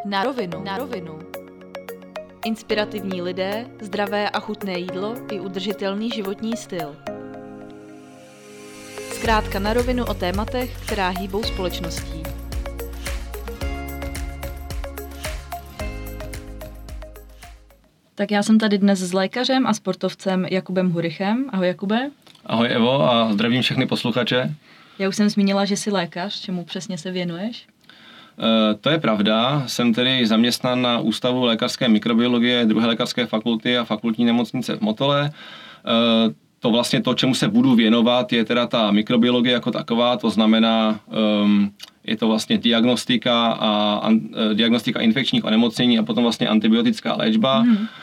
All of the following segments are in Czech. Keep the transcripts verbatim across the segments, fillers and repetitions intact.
Na rovinu. Na rovinu. Inspirativní lidé, zdravé a chutné jídlo i udržitelný životní styl. Zkrátka na rovinu o tématech, která hýbou společností. Tak já jsem tady dnes s lékařem a sportovcem Jakubem Hurichem. Ahoj Jakube. Ahoj Evo a zdravím všechny posluchače. Já už jsem zmínila, že jsi lékař, čemu přesně se věnuješ? E, to je pravda, jsem tedy zaměstnán na Ústavu lékařské mikrobiologie druhé lékařské fakulty a fakultní nemocnice v Motole. E, to vlastně to, čemu se budu věnovat, je teda ta mikrobiologie jako taková, to znamená, um, je to vlastně diagnostika a an, diagnostika infekčních onemocnění a potom vlastně antibiotická léčba. Mm. E,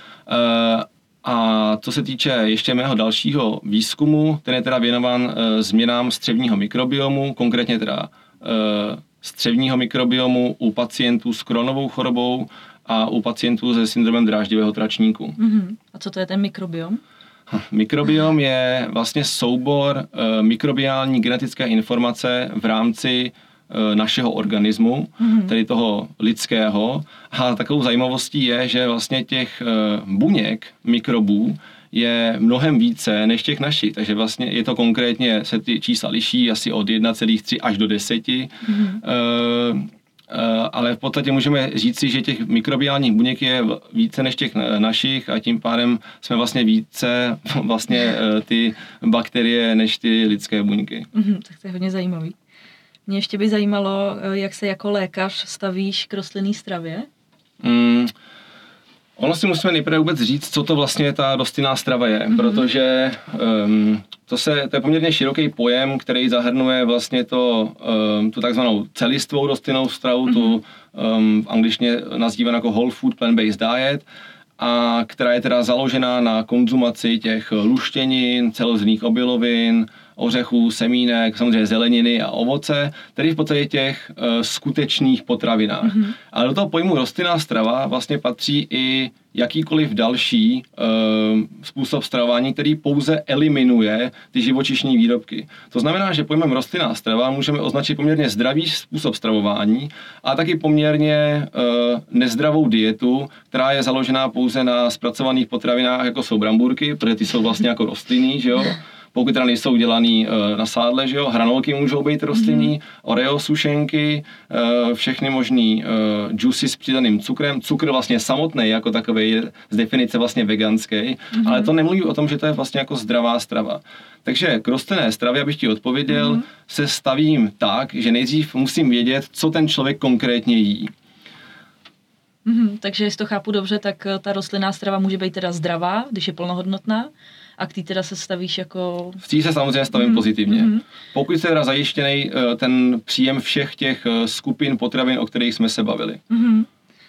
A co se týče ještě mého dalšího výzkumu, ten je teda věnován e, změnám střevního mikrobiomu, konkrétně teda e, střevního mikrobiomu u pacientů s Crohnovou chorobou a u pacientů se syndromem dráždivého tračníku. Mm-hmm. A co to je ten mikrobiom? Mikrobiom je vlastně soubor e, mikrobiální genetické informace v rámci e, našeho organismu, mm-hmm. tedy toho lidského. A takovou zajímavostí je, že vlastně těch e, buněk, mikrobů, je mnohem více než těch našich. Takže vlastně je to konkrétně, se ty čísla liší asi od jedna celá tři až do deseti. Mm-hmm. E, ale v podstatě můžeme říci, že těch mikrobiálních buněk je více než těch našich a tím pádem jsme vlastně více vlastně ty bakterie než ty lidské buňky. Mm, tak to je hodně zajímavý. Mě ještě by zajímalo, jak se jako lékař stavíš k rostlinné stravě? Mm, ono si musíme nejprve vůbec říct, co to vlastně ta rostlinná strava je, mm-hmm. protože um, to, se, to je poměrně široký pojem, který zahrnuje vlastně to, um, tu takzvanou celistvou rostlinnou stravu, mm-hmm. tu um, v angličtině nazývanou jako whole food plant-based diet, a která je teda založená na konzumaci těch luštěnin, celozrnných obilovin, ořechů, semínek, samozřejmě zeleniny a ovoce, tedy v podstatě těch uh, skutečných potravinách. Mm-hmm. Ale do toho pojmu rostlinná strava vlastně patří i jakýkoliv další uh, způsob stravování, který pouze eliminuje ty živočišní výrobky. To znamená, že pojmem rostlinná strava můžeme označit poměrně zdravý způsob stravování a taky poměrně uh, nezdravou dietu, která je založená pouze na zpracovaných potravinách, jako jsou bramburky, protože ty jsou vlastně jako rostlinný, že jo? Pokud teda nejsou dělaný e, na sádle, že jo, hranolky můžou být rostlinný, mm-hmm. Oreo sušenky, e, všechny možný e, juicy s přidaným cukrem. Cukr vlastně samotný jako takový je z definice vlastně veganský, mm-hmm. ale to nemluví o tom, že to je vlastně jako zdravá strava. Takže k rostlinné stravě, abych ti odpověděl, mm-hmm. se stavím tak, že nejdřív musím vědět, co ten člověk konkrétně jí. Mm-hmm, takže jestli to chápu dobře, tak ta rostlinná strava může být teda zdravá, když je plnohodnotná, a k tý teda se stavíš jako... V tý se samozřejmě stavím mm-hmm. pozitivně. Mm-hmm. Pokud se teda zajištěný ten příjem všech těch skupin potravin, o kterých jsme se bavili. Mm-hmm.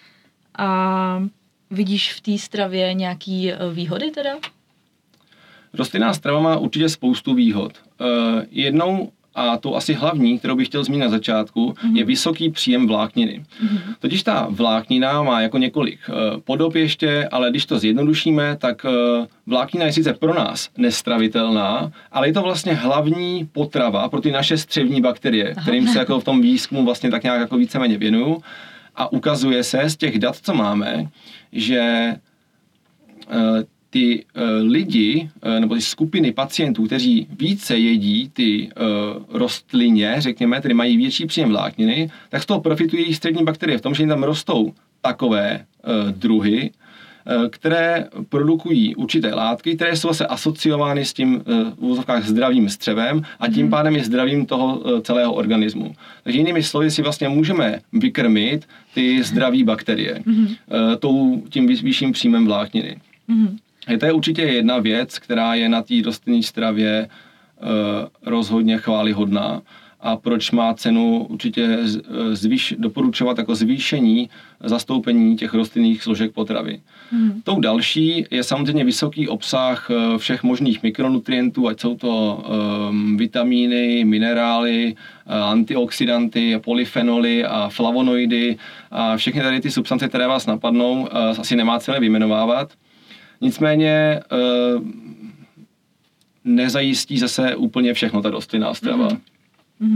A vidíš v té stravě nějaký výhody teda? Rostlinná strava má určitě spoustu výhod. Jednou a to asi hlavní, kterou bych chtěl zmínit na začátku, mm-hmm. je vysoký příjem vlákniny. Mm-hmm. Totiž ta vláknina má jako několik uh, podob ještě, ale když to zjednodušíme, tak uh, vláknina je sice pro nás nestravitelná, ale je to vlastně hlavní potrava pro ty naše střevní bakterie, Aha. kterým se jako v tom výzkumu vlastně tak nějak jako víceméně věnuju. A ukazuje se z těch dat, co máme, že uh, ty uh, lidi, uh, nebo ty skupiny pacientů, kteří více jedí ty uh, rostlině, řekněme, tedy mají větší příjem vlákniny, tak z toho profitují jejich střevní bakterie v tom, že jim tam rostou takové uh, druhy, uh, které produkují určité látky, které jsou se asociovány s tím uh, v úvozovkách zdravým střevem a tím pádem je zdravím toho uh, celého organismu. Takže jinými slovy si vlastně můžeme vykrmit ty zdraví bakterie uh, tou, tím vyšším příjmem vlákniny. Mm-hmm. To je určitě jedna věc, která je na té rostlinné stravě uh, rozhodně chvályhodná a proč má cenu určitě zvýš, doporučovat jako zvýšení zastoupení těch rostlinných složek potravy. Mm. Tou další je samozřejmě vysoký obsah všech možných mikronutrientů, ať jsou to um, vitamíny, minerály, antioxidanty, polyfenoly a flavonoidy a všechny tady ty substance, které vás napadnou, uh, asi nemá cenu vyjmenovávat. Nicméně uh, nezajistí zase úplně všechno ta rostlinná strava. Mm-hmm.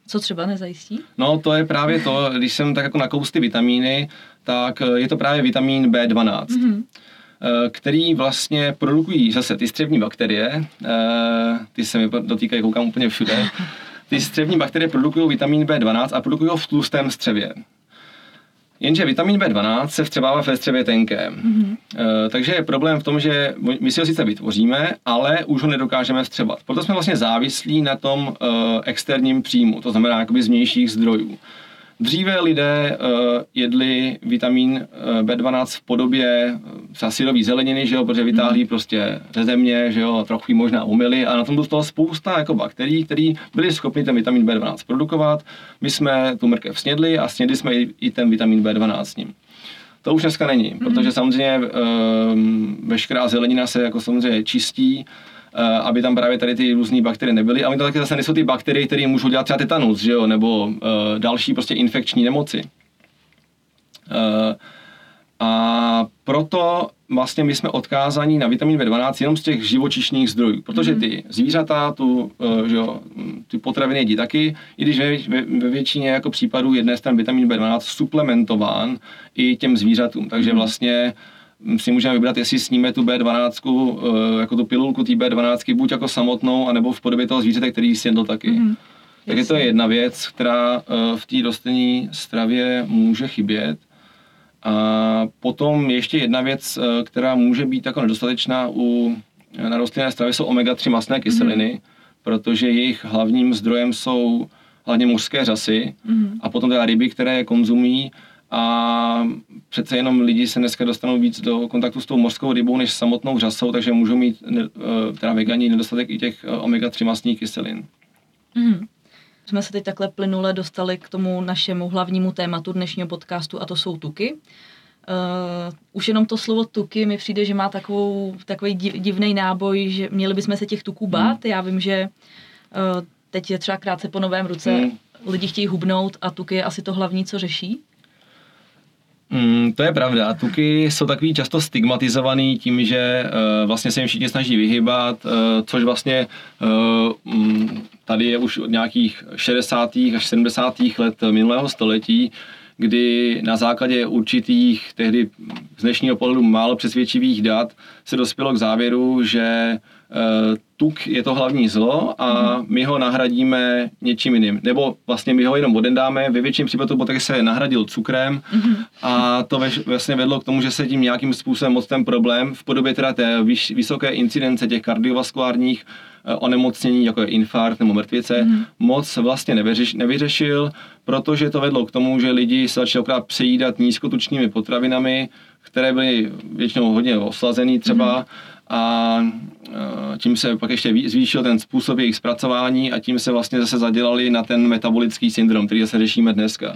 Co třeba nezajistí? No to je právě to, když jsem tak jako nakous ty vitamíny, tak je to právě vitamin bé dvanáct. Mm-hmm. Který vlastně produkují zase ty střevní bakterie, ty se mi dotýkají, koukám úplně všude, ty střevní bakterie produkují vitamin bé dvanáct a produkují ho v tlustém střevě. Jenže vitamin bé dvanáct se vstřebává ve střevě tenkém. Mm-hmm. Takže je problém v tom, že my si ho sice vytvoříme, ale už ho nedokážeme vstřebat. Proto jsme vlastně závislí na tom externím příjmu, to znamená jakoby z vnějších zdrojů. Dříve lidé uh, jedli vitamin uh, bé dvanáct v podobě třeba syrový zeleniny, že jo, protože vytáhli mm. prostě ze země, že jo, trochu možná umyli a na tom dostala spousta jako bakterií, které byly schopny ten vitamin bé dvanáct produkovat. My jsme tu mrkev snědli a snědli jsme i, i ten vitamin bé dvanáct s ním. To už dneska není, mm. protože samozřejmě uh, veškerá zelenina se jako samozřejmě čistí, aby tam právě tady ty různé bakterie nebyly. A my to taky zase nejsou ty bakterie, které můžou dělat třeba tetanus, že jo? Nebo uh, další prostě infekční nemoci. Uh, a proto vlastně my jsme odkázaní na vitamin bé dvanáct jenom z těch živočišných zdrojů, protože ty zvířata, tu, uh, že jo, ty potraviny jedí taky, i když ve, ve, ve většině jako případů je dnes ten vitamin bé dvanáct suplementován i těm zvířatům. Takže vlastně si můžeme vybrat, jestli sníme tu bé dvanáct, jako tu pilulku té bé dvanáct, buď jako samotnou, anebo v podobě toho zvířete, který snědl taky. Mm-hmm. Takže to je jedna věc, která v té rostlinné stravě může chybět. A potom ještě jedna věc, která může být jako nedostatečná u na rostlinné stravě, jsou omega tři mastné kyseliny, mm-hmm. protože jejich hlavním zdrojem jsou hlavně mořské řasy mm-hmm. a potom teda ryby, které je konzumují. A přece jenom lidi se dneska dostanou víc do kontaktu s tou mořskou rybou než samotnou řasou, takže můžou mít teda vegani nedostatek i těch omega tři mastných kyselin. Mm. Jsme se teď takhle plynule dostali k tomu našemu hlavnímu tématu dnešního podcastu a to jsou tuky. Uh, už jenom to slovo tuky mi přijde, že má takovou, takový divný náboj, že měli bychom se těch tuků bát. Mm. Já vím, že uh, teď je třeba krátce po novém roce, mm. lidi chtějí hubnout a tuky je asi to hlavní, co řeší. Mm, to je pravda. Tuky jsou takový často stigmatizovaný tím, že uh, vlastně se jim všichni snaží vyhybat, uh, což vlastně uh, um, tady je už od nějakých šedesátých až sedmdesátých let minulého století, kdy na základě určitých tehdy z dnešního pohledu málo přesvědčivých dat se dospělo k závěru, že uh, tuk je to hlavní zlo a my ho nahradíme něčím jiným. Nebo vlastně my ho jenom odendáme, ve většině případů protože se nahradil cukrem a to vlastně vedlo k tomu, že se tím nějakým způsobem moc ten problém v podobě teda té vysoké incidence těch kardiovaskulárních onemocnění, jako je infarkt nebo mrtvice, mm. moc vlastně nevyřeš, nevyřešil, protože to vedlo k tomu, že lidi se začali okrát přejídat nízkotučnými potravinami, které byly většinou hodně oslazený třeba mm. a tím se pak ještě zvýšil ten způsob jejich zpracování a tím se vlastně zase zadělali na ten metabolický syndrom, který zase řešíme dneska.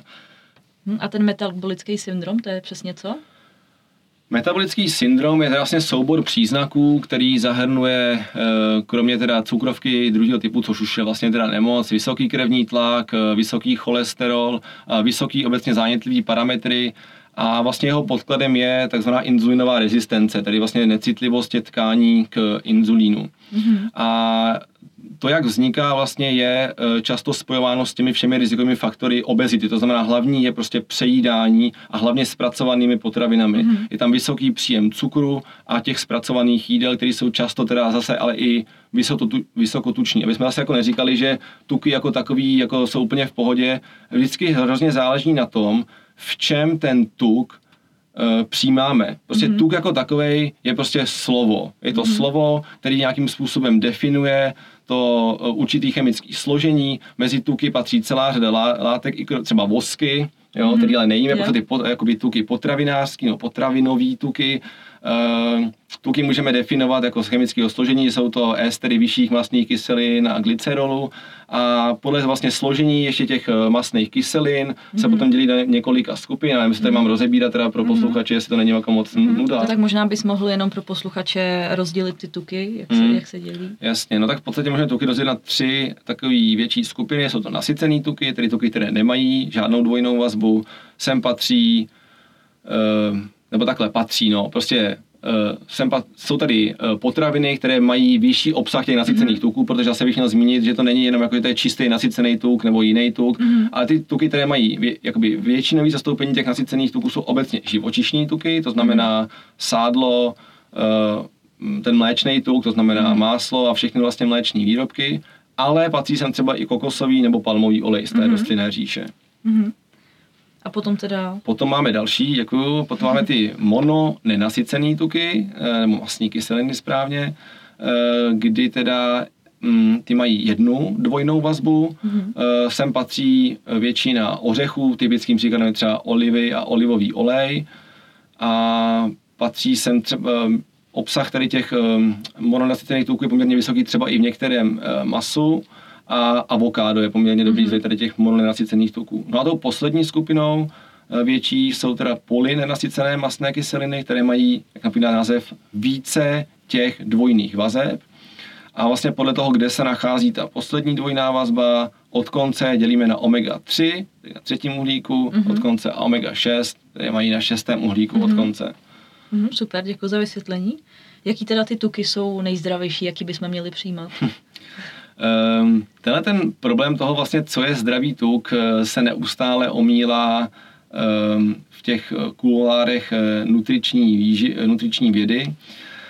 A ten metabolický syndrom, to je přesně co? Metabolický syndrom je vlastně soubor příznaků, který zahrnuje kromě teda cukrovky druhého typu, což už je vlastně teda nemoc, vysoký krevní tlak, vysoký cholesterol, vysoký obecně zánětlivý parametry a vlastně jeho podkladem je takzvaná inzulinová rezistence, tedy vlastně necitlivost těch tkání k inzulínu. Mm-hmm. A to, jak vzniká, vlastně je často spojováno s těmi všemi rizikovými faktory obezity. To znamená, hlavní je prostě přejídání a hlavně zpracovanými potravinami. Mm-hmm. Je tam vysoký příjem cukru a těch zpracovaných jídel, které jsou často teda zase ale i vysokotuční. Aby jsme zase jako neříkali, že tuky jako takový jako jsou úplně v pohodě. Vždycky hrozně záleží na tom, v čem ten tuk uh, přijímáme. Prostě mm-hmm. tuk jako takovej je prostě slovo. Je to mm-hmm. slovo, který nějakým způsobem definuje to uh, určitý chemické složení. Mezi tuky patří celá řada látek, i třeba vosky, jo, mm-hmm. který ale nejíme, yeah. protože ty pot, jakoby tuky potravinářský, no, potravinový tuky. Uh, tuky můžeme definovat jako z chemického složení, jsou to estery vyšších mastných kyselin a glycerolu a podle vlastně složení ještě těch mastných kyselin mm-hmm. se potom dělí na několika skupin. Já nevím, jestli tady mám rozebírat teda pro posluchače, mm-hmm. jestli to není jako moc mm-hmm. nuda. To tak možná bys mohl jenom pro posluchače rozdělit ty tuky, jak se, mm. jak se dělí. Jasně, no tak v podstatě můžeme tuky rozdělit na tři takové větší skupiny. Jsou to nasycené tuky, tedy tuky, které nemají žádnou dvojnou vazbu. Sem patří uh, nebo takhle patří, no, prostě sem pa, jsou tady potraviny, které mají vyšší obsah těch nasycených mm-hmm. tuků, protože zase bych měl zmínit, že to není jenom jako, že to je čistý nasycený tuk nebo jiný tuk, mm-hmm. ale ty tuky, které mají vě, jakoby většinový zastoupení těch nasycených tuků, jsou obecně živočišní tuky, to znamená mm-hmm. sádlo, ten mléčný tuk, to znamená mm-hmm. máslo a všechny vlastně mléční výrobky, ale patří sem třeba i kokosový nebo palmový olej z té mm-hmm. rostlinné říše. Mm-hmm. A potom teda... Potom máme další, děkuju, potom máme ty mono nenasycený tuky, nebo mastní kyseliny správně, kdy teda ty mají jednu dvojnou vazbu, mm-hmm. sem patří většina ořechů, typickým příkladem je třeba olivy a olivový olej a patří sem třeba obsah tady těch mononasycených tuků je poměrně vysoký třeba i v některém masu, a avokádo je poměrně dobrý mm-hmm. z tady těch mononenasycených tuků. No a tou poslední skupinou větší jsou teda polynenasycené mastné kyseliny, které mají, jak například název, více těch dvojných vazeb. A vlastně podle toho, kde se nachází ta poslední dvojná vazba, od konce dělíme na omega tři, na třetím uhlíku, mm-hmm. od konce a omega šest, které mají na šestém uhlíku mm-hmm. od konce. Mm-hmm, super, děkuji za vysvětlení. Jaký teda ty tuky jsou nejzdravější, jaký bychom měli přijímat? Um, tenhle ten problém toho vlastně, co je zdravý tuk, se neustále omílá um, v těch kulárech nutriční, výži, nutriční vědy. Uh,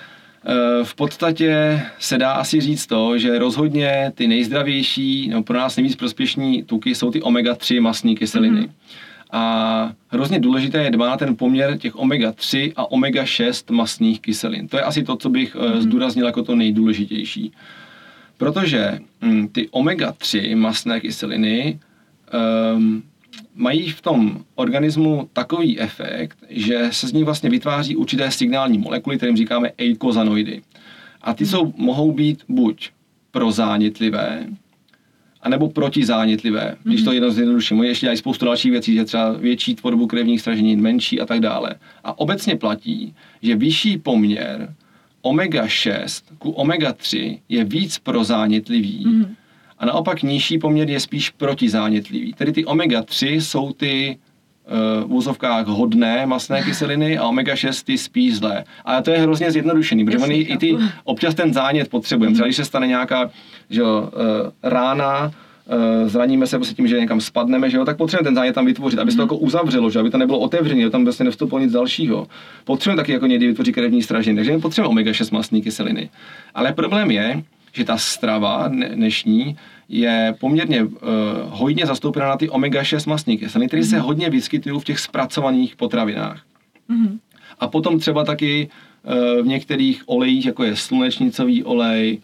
v podstatě se dá asi říct to, že rozhodně ty nejzdravější, no pro nás nejvíc prospěšní tuky jsou ty omega tři mastní kyseliny. Mm-hmm. A hrozně důležité je dbát na ten poměr těch omega tři a omega šest mastných kyselin. To je asi to, co bych mm-hmm. zdůraznil jako to nejdůležitější. Protože hm, ty omega tři mastné kyseliny um, mají v tom organismu takový efekt, že se z nich vlastně vytváří určité signální molekuly, kterým říkáme eikozanoidy. A ty jsou, mohou být buď prozánětlivé, anebo protizánětlivé, když to jedno zjednoduším. Oni ještě dělají spoustu dalších věcí, že třeba větší tvorbu krevních straženin, menší a tak dále. A obecně platí, že vyšší poměr omega šest ku omega tři je víc prozánětlivý mm. a naopak nižší poměr je spíš protizánětlivý. Tedy ty omega tři jsou ty uh, v úzovkách hodné mastné kyseliny a omega šest ty spíš zlé. Ale to je hrozně zjednodušený, protože oni i ty občas ten zánět potřebujeme. Mm. Třeba když se stane nějaká že, uh, rána, Uh, zraníme se prostě tím, že někam spadneme, že jo, tak potřebujeme ten zánět tam vytvořit, aby se to jako uzavřelo, že aby to nebylo otevřené, aby tam vlastně nevstoupilo nic dalšího. Potřebujeme taky jako někdy vytvořit krevní stražiny, takže potřebujeme omega šest mastné kyseliny. Ale problém je, že ta strava dnešní je poměrně uh, hojně zastoupená na ty omega šest mastné kyseliny, které mm-hmm. se hodně vyskytují v těch zpracovaných potravinách. Mm-hmm. A potom třeba taky uh, v některých olejích, jako je slunečnicový olej,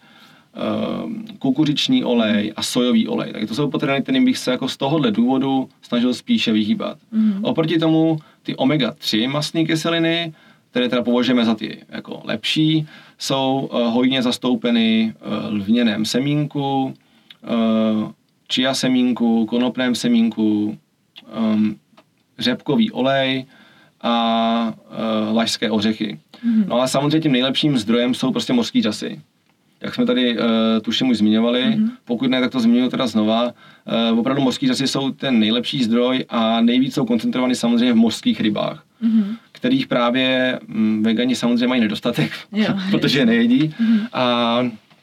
kukuřiční olej a sojový olej. Tak to jsou potraviny, kterým bych se jako z tohohle důvodu snažil spíše vyhýbat. Mm. Oproti tomu ty omega tři mastné kyseliny, které teda považujeme za ty jako lepší, jsou uh, hojně zastoupeny uh, v lněném semínku, uh, chia semínku, konopném semínku, um, řepkový olej a uh, lašské ořechy. Mm. No ale samozřejmě tím nejlepším zdrojem jsou prostě mořský řasy. Jak jsme tady uh, tuším už zmiňovali, mm-hmm. pokud ne, tak to zmiňuji teda znova. Uh, opravdu mořský řasy jsou ten nejlepší zdroj a nejvíc jsou koncentrovány samozřejmě v mořských rybách, mm-hmm. kterých právě um, vegani samozřejmě mají nedostatek, protože je nejedí. Mm-hmm. A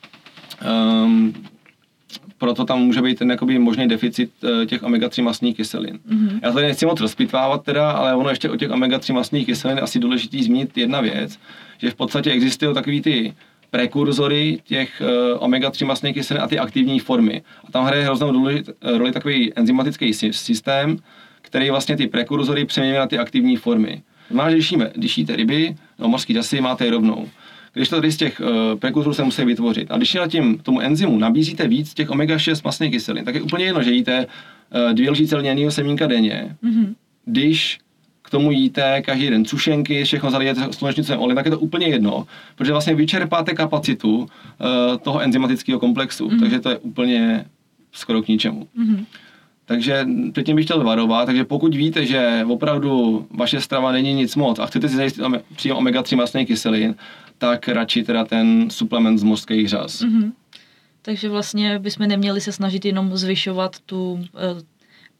um, proto tam může být ten jakoby možný deficit uh, těch omega tři mastných kyselin. Mm-hmm. Já tady nechci moc rozpitvávat teda, ale ono ještě o těch omega tři mastných kyselin asi důležitý zmínit jedna věc, že v podstatě existují takový ty prekurzory těch uh, omega tři mastných kyselin a ty aktivní formy. A tam hraje hroznou důležit, roli takový enzymatický systém, který vlastně ty prekurzory přeměňuje na ty aktivní formy. Máš, když, jíme, když jíte ryby, no mořský řasy máte je rovnou. Když to tady z těch uh, prekurzorů se musí vytvořit. A když na tím tomu enzymu nabízíte víc těch omega šest mastných kyselin, tak je úplně jedno, že jíte uh, dvě lžíce lněného semínka denně. Mm-hmm. Když k tomu jíte každý den cušenky, všechno zalijete slunečnicovým olejem, tak je to úplně jedno, protože vlastně vyčerpáte kapacitu uh, toho enzymatického komplexu, mm. takže to je úplně skoro k ničemu. Mm. Takže předtím bych chtěl varovat, takže pokud víte, že opravdu vaše strava není nic moc a chcete si zajistit příjem omega tři mastných kyselin, tak radši teda ten suplement z mořských řas. Mm. Takže vlastně bychom neměli se snažit jenom zvyšovat tu uh,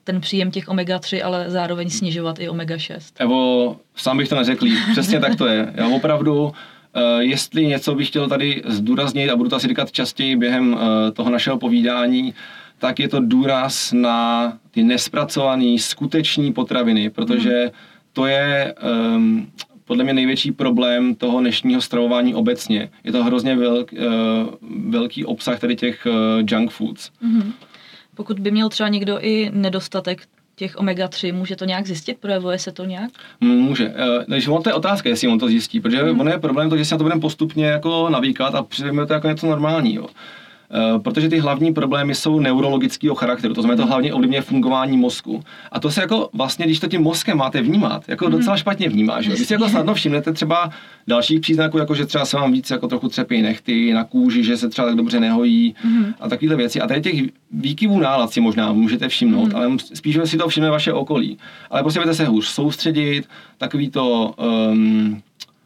ten příjem těch omega tři, ale zároveň snižovat i omega šest. Evo, sám bych to neřekl, přesně tak to je. Já opravdu, uh, jestli něco bych chtěl tady zdůraznit, a budu to asi říkat častěji během uh, toho našeho povídání, tak je to důraz na ty nespracované skuteční potraviny, protože mm. to je um, podle mě největší problém toho dnešního stravování obecně. Je to hrozně velk, uh, velký obsah tady těch uh, junk foods. Mm. Pokud by měl třeba někdo i nedostatek těch omega tři, může to nějak zjistit? Projevuje se to nějak? Může. Takže on to je otázka, jestli on to zjistí, protože mm. on je problém to, že si na to budeme postupně jako navíkat a přijde to jako něco normálního. Uh, protože ty hlavní problémy jsou neurologického charakteru, to znamená to hlavně ovlivňuje fungování mozku. A to se jako vlastně, když to tím mozkem máte vnímat, jako docela špatně vnímáš. Když si jako snadno všimnete třeba dalších příznaků, jako že třeba se vám víc jako trochu třepí nechty na kůži, že se třeba tak dobře nehojí mm. a takovéhle věci. A tady těch výkyvů nálad si možná můžete všimnout, mm. ale spíš si to všimne vaše okolí. Ale prostě budete se hůř soustředit, takový to um,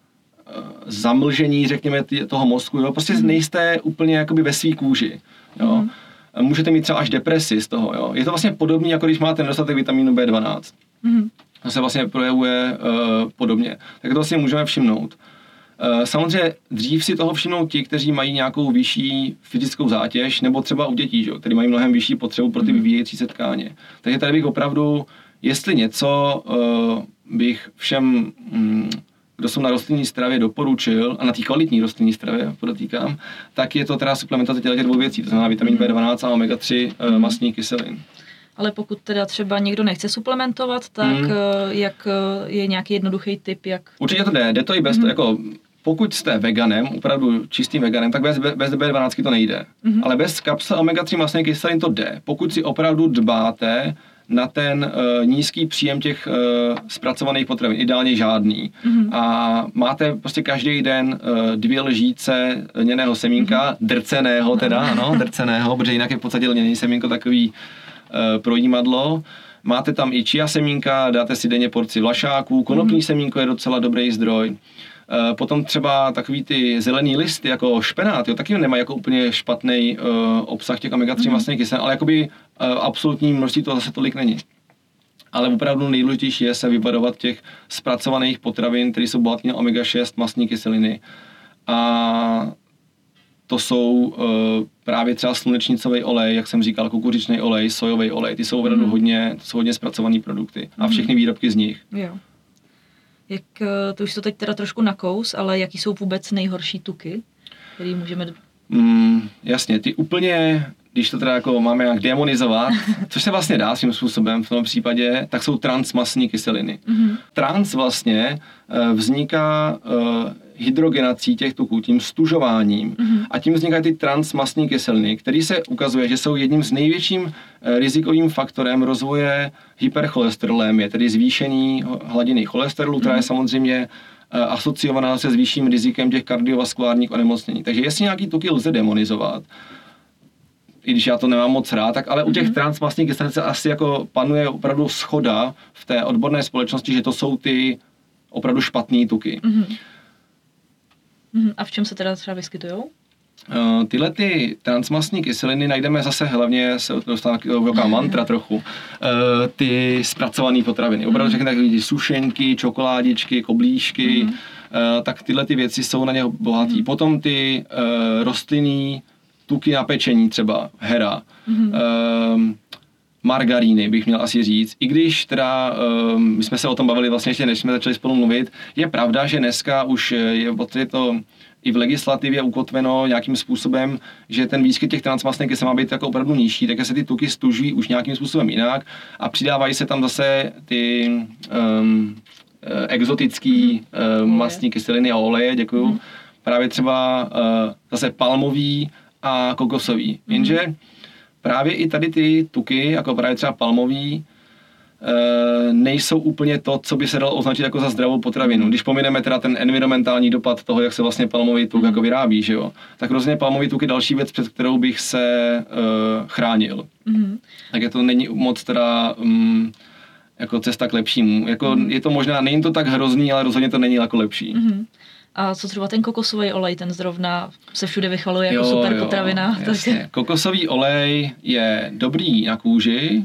zamlžení, řekněme, toho mozku, jo? Prostě mm. nejste úplně jakoby ve svý kůži, jo? Mm. Můžete mít třeba až depresi z toho, jo? Je to vlastně podobné, jako když máte nedostatek vitamínu bé dvanáct. Mm. To se vlastně projevuje uh, podobně. Tak to si můžeme všimnout. Uh, samozřejmě dřív si toho všimnou ti, kteří mají nějakou vyšší fyzickou zátěž, nebo třeba u dětí, jo? Kteří mají mnohem vyšší potřebu pro ty vyvíjející se tkáně. Takže tady bych opravdu, jestli něco uh, bych všem mm, kdo jsou na rostlinní stravě doporučil, a na té kvalitní rostlinní stravě podotýkám, tak je to teda suplementace těch dvou věcí, to znamená vitamin bé dvanáct a omega tři mm. mastných kyselin. Ale pokud teda třeba někdo nechce suplementovat, tak mm. jak je nějaký jednoduchý tip, jak... Určitě to jde, jde to i bez mm. toho, jako pokud jste veganem, opravdu čistým veganem, tak bez, bez bé dvanáct to nejde. Mm. Ale bez kapsle omega tři mastných kyselin to jde. Pokud si opravdu dbáte na ten uh, nízký příjem těch uh, zpracovaných potravin, ideálně žádný. Mm-hmm. A máte prostě každý den uh, dvě lžíce lněného semínka, mm-hmm. drceného teda, ano, drceného, protože jinak je v podstatě lněný semínko takový uh, projímadlo. Máte tam i chia semínka, dáte si denně porci vlašáků, konopný mm-hmm. semínko je docela dobrý zdroj. Uh, potom třeba takový ty zelený listy, jako špenát, jo, taky nemají jako úplně špatný uh, obsah těch omega tři mm. mastných kyselin, ale jakoby uh, absolutní množství toho zase tolik není. Ale opravdu nejdůležitější je se vyvarovat těch zpracovaných potravin, které jsou bohaté na omega šest mastní kyseliny. A to jsou uh, právě třeba slunečnicový olej, jak jsem říkal, kukuřičný olej, sojový olej, ty jsou opravdu mm. hodně, to jsou hodně zpracované produkty a všechny výrobky z nich. Jo. Jak, to už to teď teda trošku nakous, ale jaký jsou vůbec nejhorší tuky, který můžeme... Mm, jasně, ty úplně, když to teda jako máme jak demonizovat, což se vlastně dá svým způsobem v tom případě, tak jsou transmastní kyseliny. Mm-hmm. Trans vlastně uh, vzniká uh, hydrogenací těch tuků, tím stužováním mm-hmm. a tím vznikají ty transmastní kyseliny, které se ukazuje, že jsou jedním z největším uh, rizikovým faktorem rozvoje hypercholesterolémie, tedy zvýšení hladiny cholesterolu, mm-hmm. která je samozřejmě uh, asociovaná se zvýšeným rizikem těch kardiovaskulárních onemocnění. Takže jestli nějaký tuky lze demonizovat, i když já to nemám moc rád, tak ale u těch mm-hmm. transmastních kyselin se asi jako panuje opravdu shoda v té odborné společnosti, že to jsou ty opravdu špatný tuky. Mm-hmm. A v čem se teda třeba vyskytujou? Uh, tyhle ty transmastní kyseliny najdeme zase hlavně, se dostává taková mantra trochu, uh, ty zpracované potraviny. Opravdu všechny takové sušenky, čokoládičky, koblížky, mm. uh, tak tyhle ty věci jsou na ně bohatý. Mm. Potom ty uh, rostlinný tuky na pečení, třeba hera, mm. uh, margaríny bych měl asi říct. I když teda, um, my jsme se o tom bavili vlastně ještě, než jsme začali spolu mluvit, je pravda, že dneska už je, je to i v legislativě ukotveno nějakým způsobem, že ten výskyt těch transmastných se má být jako opravdu nižší, takže se ty tuky stužují už nějakým způsobem jinak a přidávají se tam zase ty um, exotický um, mastní kyseliny a oleje, děkuju. Mm. Právě třeba uh, zase palmový a kokosový. Mm. Jenže právě i tady ty tuky, jako právě třeba palmový, e, nejsou úplně to, co by se dalo označit jako za zdravou potravinu. Když pomineme teda ten environmentální dopad toho, jak se vlastně palmový tuk jako vyrábí, že jo, tak rozhodně palmový tuk je další věc, před kterou bych se e, chránil. Mm-hmm. Tak je to není moc teda um, jako cesta k lepšímu. Jako, mm-hmm. Je to možná, není to tak hrozný, ale rozhodně to není jako lepší. Mm-hmm. A co třeba ten kokosový olej, ten zrovna se všude vychvaluje jako jo, super jo, potravina. Jasně. Kokosový olej je dobrý na kůži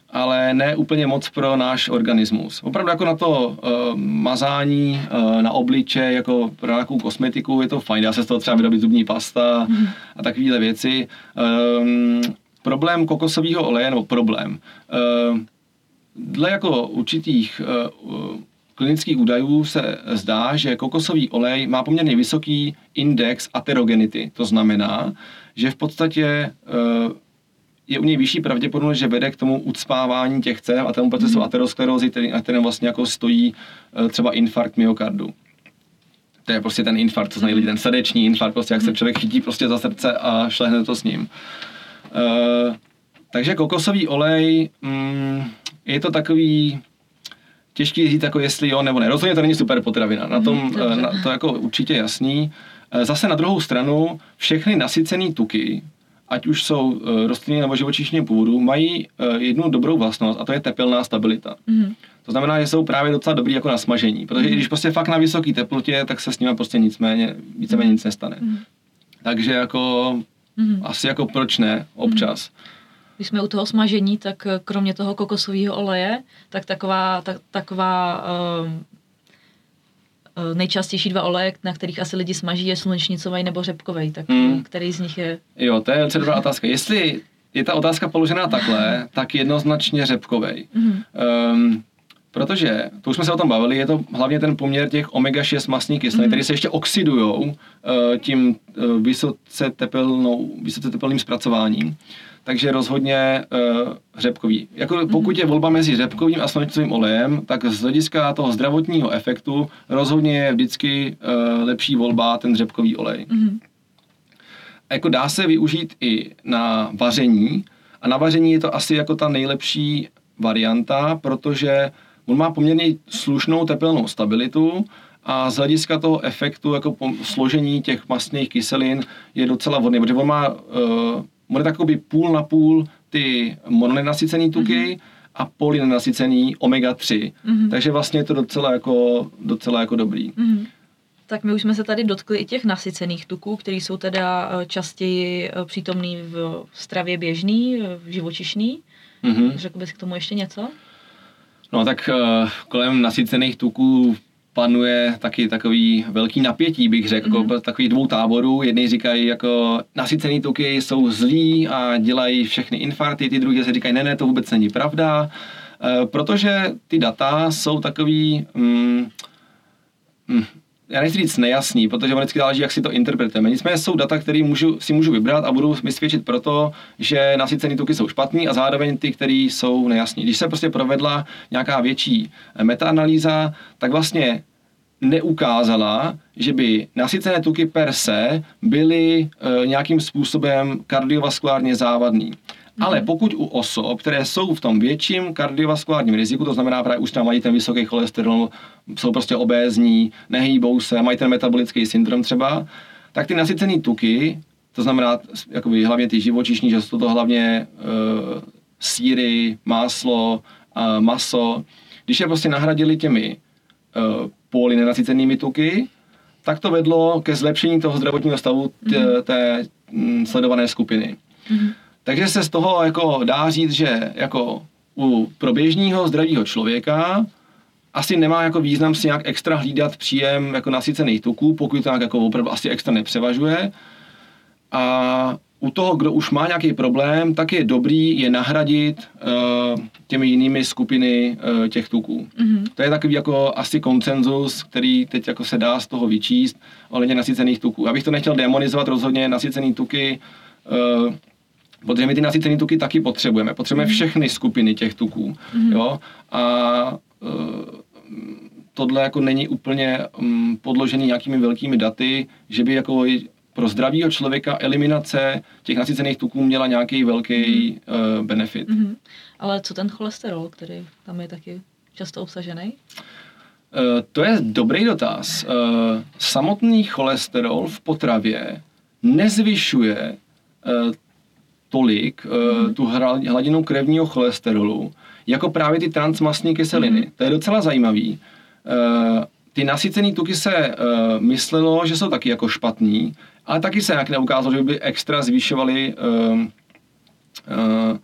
ale ne úplně moc pro náš organismus. Opravdu jako na to uh, mazání uh, na obliče, jako pro nějakou kosmetiku je to fajn, dá se z toho třeba vyrobit zubní pasta mm. a takovéhle věci. Um, problém kokosového oleje, nebo problém, uh, dle jako určitých uh, klinických údajů se zdá, že kokosový olej má poměrně vysoký index aterogenity. To znamená, že v podstatě uh, je u něj vyšší pravděpodobnost, že vede k tomu ucpávání těch cév a tomu procesu mm. aterosklerózy, který, který vlastně jako stojí uh, třeba infarkt myokardu. To je prostě ten infarkt, co znají lidi, ten srdeční infarkt, prostě jak se člověk chytí prostě za srdce a šlehne to s ním. Uh, takže kokosový olej, mm, je to takový těžký říct, jako jestli jo nebo ne. Rozhodně to není super potravina, na tom mm, na, to jako určitě jasný. Zase na druhou stranu všechny nasycené tuky, ať už jsou rostlinné nebo živočišného původu, mají jednu dobrou vlastnost a to je tepelná stabilita. Mm. To znamená, že jsou právě docela dobrý jako na smažení, protože mm. když prostě fakt na vysoké teplotě, tak se s nimi prostě nicméně, víceméně nic nestane. Mm. Takže jako mm. asi jako proč ne, občas. Mm. Když jsme u toho smažení, tak kromě toho kokosového oleje, tak taková, tak, taková uh, nejčastější dva oleje, na kterých asi lidi smaží, je slunečnicový nebo řepkovej. Tak hmm. který z nich je? Jo, to je docela dobrá otázka. Jestli je ta otázka položená takhle, tak jednoznačně řepkovej. Hmm. Um, protože, to už jsme se o tom bavili, je to hlavně ten poměr těch omega šest mastných kyselin, hmm. které se ještě oxidujou uh, tím uh, vysoce, tepelnou, vysoce tepelným zpracováním. Takže rozhodně uh, řepkový. Jako pokud je volba mezi řepkovým a slunečnicovým olejem, tak z hlediska toho zdravotního efektu rozhodně je vždycky uh, lepší volba ten řepkový olej. Mm-hmm. A jako dá se využít i na vaření a na vaření je to asi jako ta nejlepší varianta, protože on má poměrně slušnou tepelnou stabilitu a z hlediska toho efektu jako složení těch mastných kyselin je docela vhodný, protože on má uh, On je takový půl na půl ty mononenasycený tuky mm-hmm. a polynenasycený omega tři. Mm-hmm. Takže vlastně je to docela jako, docela jako dobrý. Mm-hmm. Tak my už jsme se tady dotkli i těch nasycených tuků, které jsou teda častěji přítomný v stravě běžný, v živočišný. Mm-hmm. Řekl bys k tomu ještě něco? No tak uh, kolem nasycených tuků panuje taky takový velký napětí, bych řekl, mm-hmm. jako takových dvou táborů. Jedni říkají, jako nasycený tuky jsou zlí a dělají všechny infarkty, ty druhé se říkají, ne, ne, to vůbec není pravda, e, protože ty data jsou takový, mm, mm, já nechci říct nejasný, protože vždycky záleží, jak si to interpretujeme. Nicméně jsou data, které můžu, si můžu vybrat a budu mi svědčit proto, že nasycený tuky jsou špatný a zároveň ty, které jsou nejasný. Když se prostě provedla nějaká větší metaanalýza, tak vlastně neukázala, že by nasycené tuky per se byly e, nějakým způsobem kardiovaskulárně závadný. Mm-hmm. Ale pokud u osob, které jsou v tom větším kardiovaskulárním riziku, to znamená právě už tam mají ten vysoký cholesterol, jsou prostě obézní, nehýbou se, mají ten metabolický syndrom třeba, tak ty nasycené tuky, to znamená jakoby hlavně ty živočišní, že jsou to hlavně e, sýry, máslo, a maso, když je prostě nahradili těmi e, polynenasycenými tuky, tak to vedlo ke zlepšení toho zdravotního stavu t, mm. té m, sledované skupiny. Mm. Takže se z toho jako dá říct, že jako u pro běžného zdravého člověka asi nemá jako význam si nějak extra hlídat příjem jako nasycených tuků, pokud to nějak jako opravdu asi extra nepřevažuje. A u toho, kdo už má nějaký problém, tak je dobrý je nahradit uh, těmi jinými skupiny uh, těch tuků. Mm-hmm. To je takový jako asi konsenzus, který teď jako se dá z toho vyčíst ohledně nasycených tuků. Abych to nechtěl demonizovat rozhodně nasycený tuky, uh, protože my ty nasycený tuky taky potřebujeme. Potřebujeme mm-hmm. všechny skupiny těch tuků. Mm-hmm. Jo? A uh, tohle jako není úplně um, podložený nějakými velkými daty, že by jako pro zdravýho člověka eliminace těch nasycených tuků měla nějaký velký mm. uh, benefit. Mm-hmm. Ale co ten cholesterol, který tam je taky často obsažený? Uh, to je dobrý dotaz. Uh, samotný cholesterol v potravě nezvyšuje uh, tolik uh, mm. tu hladinu krevního cholesterolu, jako právě ty transmastní kyseliny. Mm. To je docela zajímavý. Uh, ty nasycené tuky se uh, myslelo, že jsou taky jako špatný, ale taky se nějak neukázalo, že by extra zvyšovaly uh, uh,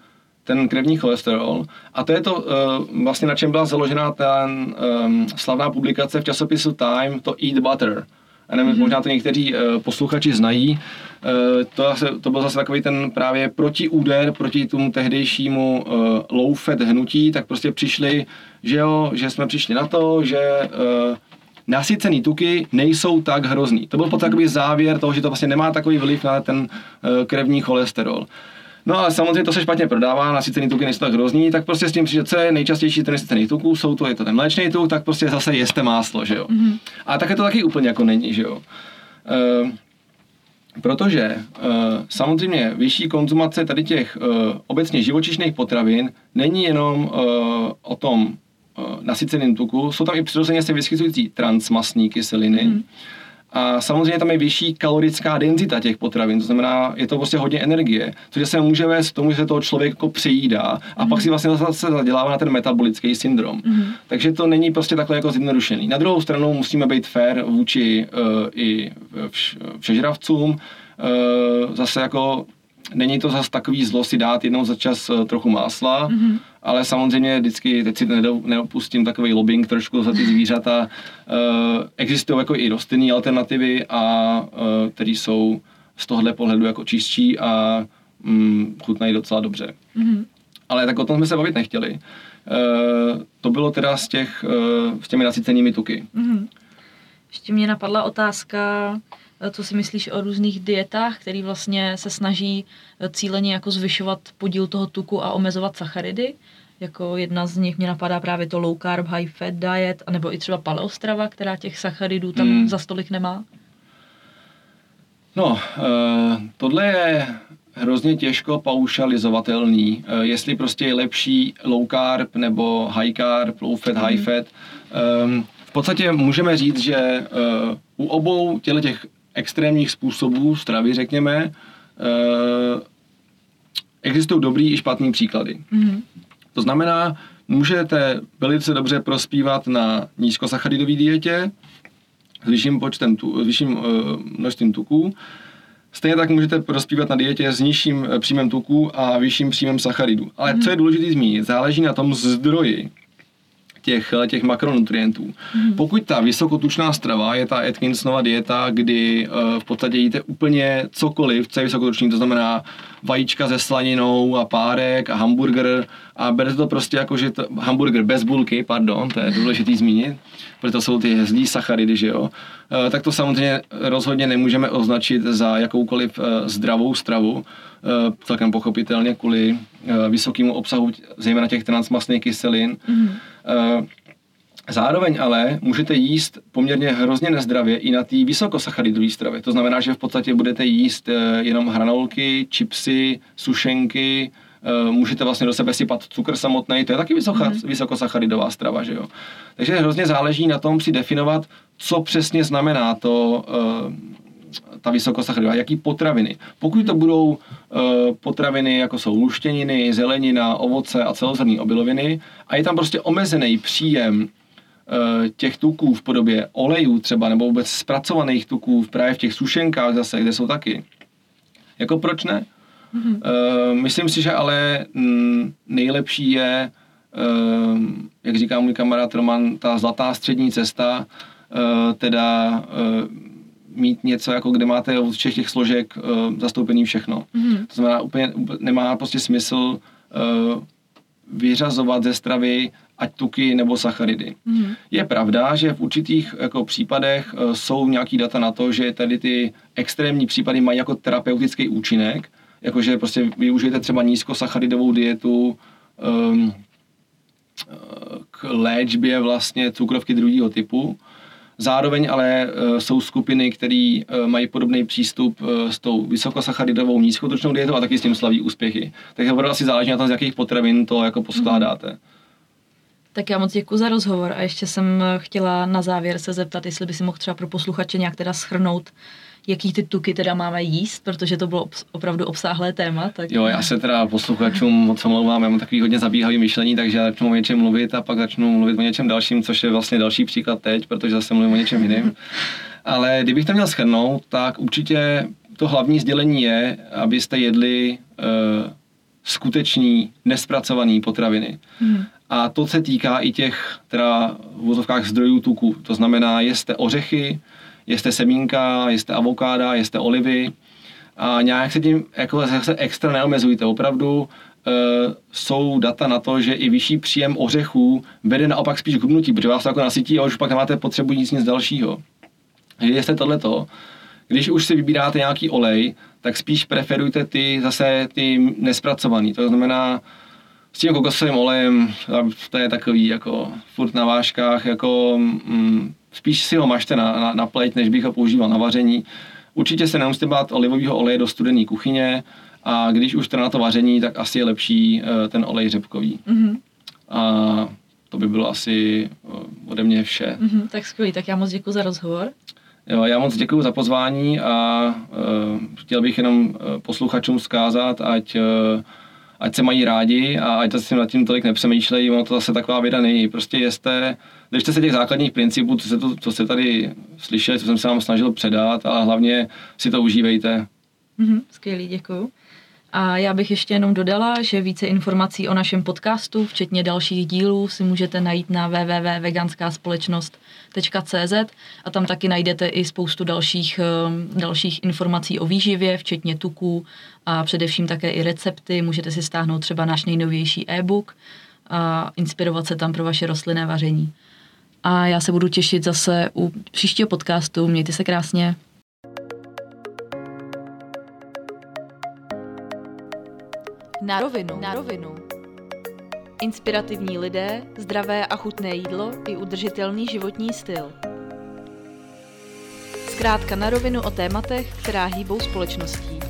ten krevní cholesterol. A to je to uh, vlastně, na čem byla založena ta um, slavná publikace v časopisu Time, to Eat Butter. A nevím, mm-hmm. možná to někteří uh, posluchači znají. Uh, to, zase, to byl zase takový ten právě protiúder proti tomu tehdejšímu uh, low fat hnutí, tak prostě přišli, že jo, že jsme přišli na to, že uh, nasycený tuky nejsou tak hrozný. To byl potom takový závěr toho, že to vlastně nemá takový vliv na ten uh, krevní cholesterol. No ale samozřejmě to se špatně prodává, nasycený tuky nejsou tak hrozný, tak prostě s tím přijde, co je nejčastější ten nasycený tuků, jsou to, je to ten mléčný tuk, tak prostě zase jeste máslo, že jo. Mm-hmm. A také to taky úplně jako není, že jo. Uh, protože uh, samozřejmě vyšší konzumace tady těch uh, obecně živočišných potravin není jenom uh, o tom uh, nasyceným tuku, jsou tam i přirozeně se vyskytující transmastní kyseliny. Mm-hmm. A samozřejmě tam je vyšší kalorická denzita těch potravin, to znamená, je to prostě hodně energie, což se může vést k tomu, že se toho člověk jako přejídá a mm. pak si vlastně zase zadělává na ten metabolický syndrom. Mm. Takže to není prostě takhle jako zjednodušený. Na druhou stranu musíme být fair vůči uh, i vš- všežravcům, uh, zase jako není to zase takový zlo si dát jednou za čas uh, trochu másla, mm-hmm. ale samozřejmě vždycky, teď si nedopustím takový lobbying trošku za ty zvířata, uh, existují jako i rostlinné alternativy, a uh, které jsou z tohohle pohledu jako čistší a um, chutnají docela dobře. Mm-hmm. Ale tak o tom jsme se bavit nechtěli. Uh, to bylo teda z těch, uh, s těmi nasycenými tuky. Mm-hmm. Ještě mě napadla otázka, co si myslíš o různých dietách, které vlastně se snaží cíleně jako zvyšovat podíl toho tuku a omezovat sacharidy. Jako jedna z nich mě napadá právě to low carb, high fat diet, anebo i třeba paleostrava, která těch sacharidů tam hmm. za stolik nemá. No, uh, tohle je hrozně těžko paušalizovatelný. Uh, jestli prostě je lepší low carb nebo high carb, low fat, hmm. high fat. Um, v podstatě můžeme říct, že uh, u obou těch extrémních způsobů stravy, řekněme, uh, existují dobrý i špatný příklady. Mm-hmm. To znamená, můžete velice dobře prospívat na nízkosacharidové dietě s vyšším počtem, tu, s vyšším uh, množstvím tuků. Stejně tak můžete prospívat na dietě s nižším příjmem tuků a vyšším příjmem sacharidů. Ale mm-hmm. co je důležité zmínit, záleží na tom zdroji těch, těch makronutrientů. Mm. Pokud ta vysokotučná strava je ta Atkinsonova dieta, kdy uh, v podstatě jíte úplně cokoliv, co je vysokotučný, to znamená vajíčka se slaninou a párek a hamburger, a berete to prostě jako, že to, hamburger bez bulky, pardon, to je důležitý zmínit, protože to jsou ty zlý sacharidy, že jo, uh, tak to samozřejmě rozhodně nemůžeme označit za jakoukoliv uh, zdravou stravu, uh, celkem pochopitelně kvůli uh, vysokému obsahu zejména těch transmastných kyselin. Mm. Uh, zároveň ale můžete jíst poměrně hrozně nezdravě i na té vysokosacharidové stravě. To znamená, že v podstatě budete jíst uh, jenom hranolky, chipsy, sušenky, uh, můžete vlastně do sebe sypat cukr samotný, to je taky vysoka, mm. vysokosacharidová strava, že jo. Takže hrozně záleží na tom si definovat, co přesně znamená to uh, ta vysokosacharidová, jaký potraviny. Pokud to budou uh, potraviny, jako jsou luštěniny, zelenina, ovoce a celozrnné obiloviny, a je tam prostě omezený příjem uh, těch tuků v podobě olejů třeba, nebo vůbec zpracovaných tuků právě v těch sušenkách zase, kde jsou taky. Jako proč ne? Mm-hmm. Uh, myslím si, že ale mm, nejlepší je, uh, jak říká můj kamarád Roman, ta zlatá střední cesta, uh, teda uh, mít něco, jako kde máte od všech těch složek uh, zastoupený všechno. Mm-hmm. To znamená, úplně, úplně nemá prostě smysl uh, vyřazovat ze stravy ať tuky nebo sacharidy. Mm-hmm. Je pravda, že v určitých jako případech uh, jsou nějaký data na to, že tady ty extrémní případy mají jako terapeutický účinek, jakože prostě využijete třeba nízkosacharidovou dietu um, k léčbě vlastně cukrovky druhého typu. Zároveň ale uh, jsou skupiny, které uh, mají podobný přístup uh, s tou vysokosacharidovou nízkotučnou dietou a taky s tím slaví úspěchy. Takže opravdu asi záleží na tom, z jakých potravin to jako poskládáte. Mm. Tak já moc děkuji za rozhovor a ještě jsem chtěla na závěr se zeptat, jestli by si mohl třeba pro posluchače nějak teda shrnout, jaký ty tuky teda máme jíst, protože to bylo opravdu obsáhlé téma. Tak... Jo, já se teda posluchačům moc omlouvám, já mám takový hodně zabíhavý myšlení, takže já začnu o něčem mluvit a pak začnu mluvit o něčem dalším, což je vlastně další příklad teď, protože zase mluvím o něčem jiném. Ale kdybych to měl shrnout, tak určitě to hlavní sdělení je, abyste jedli uh, skutečný, nespracovaný potraviny. Mm. A to se týká i těch teda v vozovkách zdrojů tuku. To znamená, jeste ořechy, jeste semínka, jeste avokáda, jeste olivy a nějak se tím jako se extra neomezujte. Opravdu e, jsou data na to, že i vyšší příjem ořechů vede naopak spíš k hubnutí, protože vás to jako nasytí a už pak nemáte potřebu nic nic dalšího. Jeste tohleto. Když už si vybíráte nějaký olej, tak spíš preferujte ty zase ty nespracovaný. To znamená, s tím kokosovým olejem, to je takový jako furt na vážkách, jako mm, spíš si ho mažte na, na, na pleť, než bych ho používal na vaření. Určitě se nemusíte bát olivového oleje do studené kuchyně a když už to na to vaření, tak asi je lepší uh, ten olej řepkový. Mm-hmm. A to by bylo asi uh, ode mě vše. Mm-hmm, tak skvělý, tak já moc děkuji za rozhovor. Jo, já moc děkuji za pozvání a uh, chtěl bych jenom uh, posluchačům vzkázat, ať, uh, ať se mají rádi a ať si nad tím tolik nepřemýšlejí, ono to zase taková věda není. Prostě jeste, držte se těch základních principů, co se, to, co se tady slyšeli, co jsem se vám snažil předat, ale hlavně si to užívejte. Mm-hmm, skvělý, děkuji. A já bych ještě jenom dodala, že více informací o našem podcastu, včetně dalších dílů, si můžete najít na w w w tečka veganská společnost tečka c z a tam taky najdete i spoustu dalších, dalších informací o výživě, včetně tuků a především také i recepty. Můžete si stáhnout třeba náš nejnovější e-book a inspirovat se tam pro vaše rostlinné vaření. A já se budu těšit zase u příštího podcastu. Mějte se krásně. Na rovinu. Na rovinu. Inspirativní lidé, zdravé a chutné jídlo i udržitelný životní styl. Zkrátka na rovinu o tématech, která hýbou společností.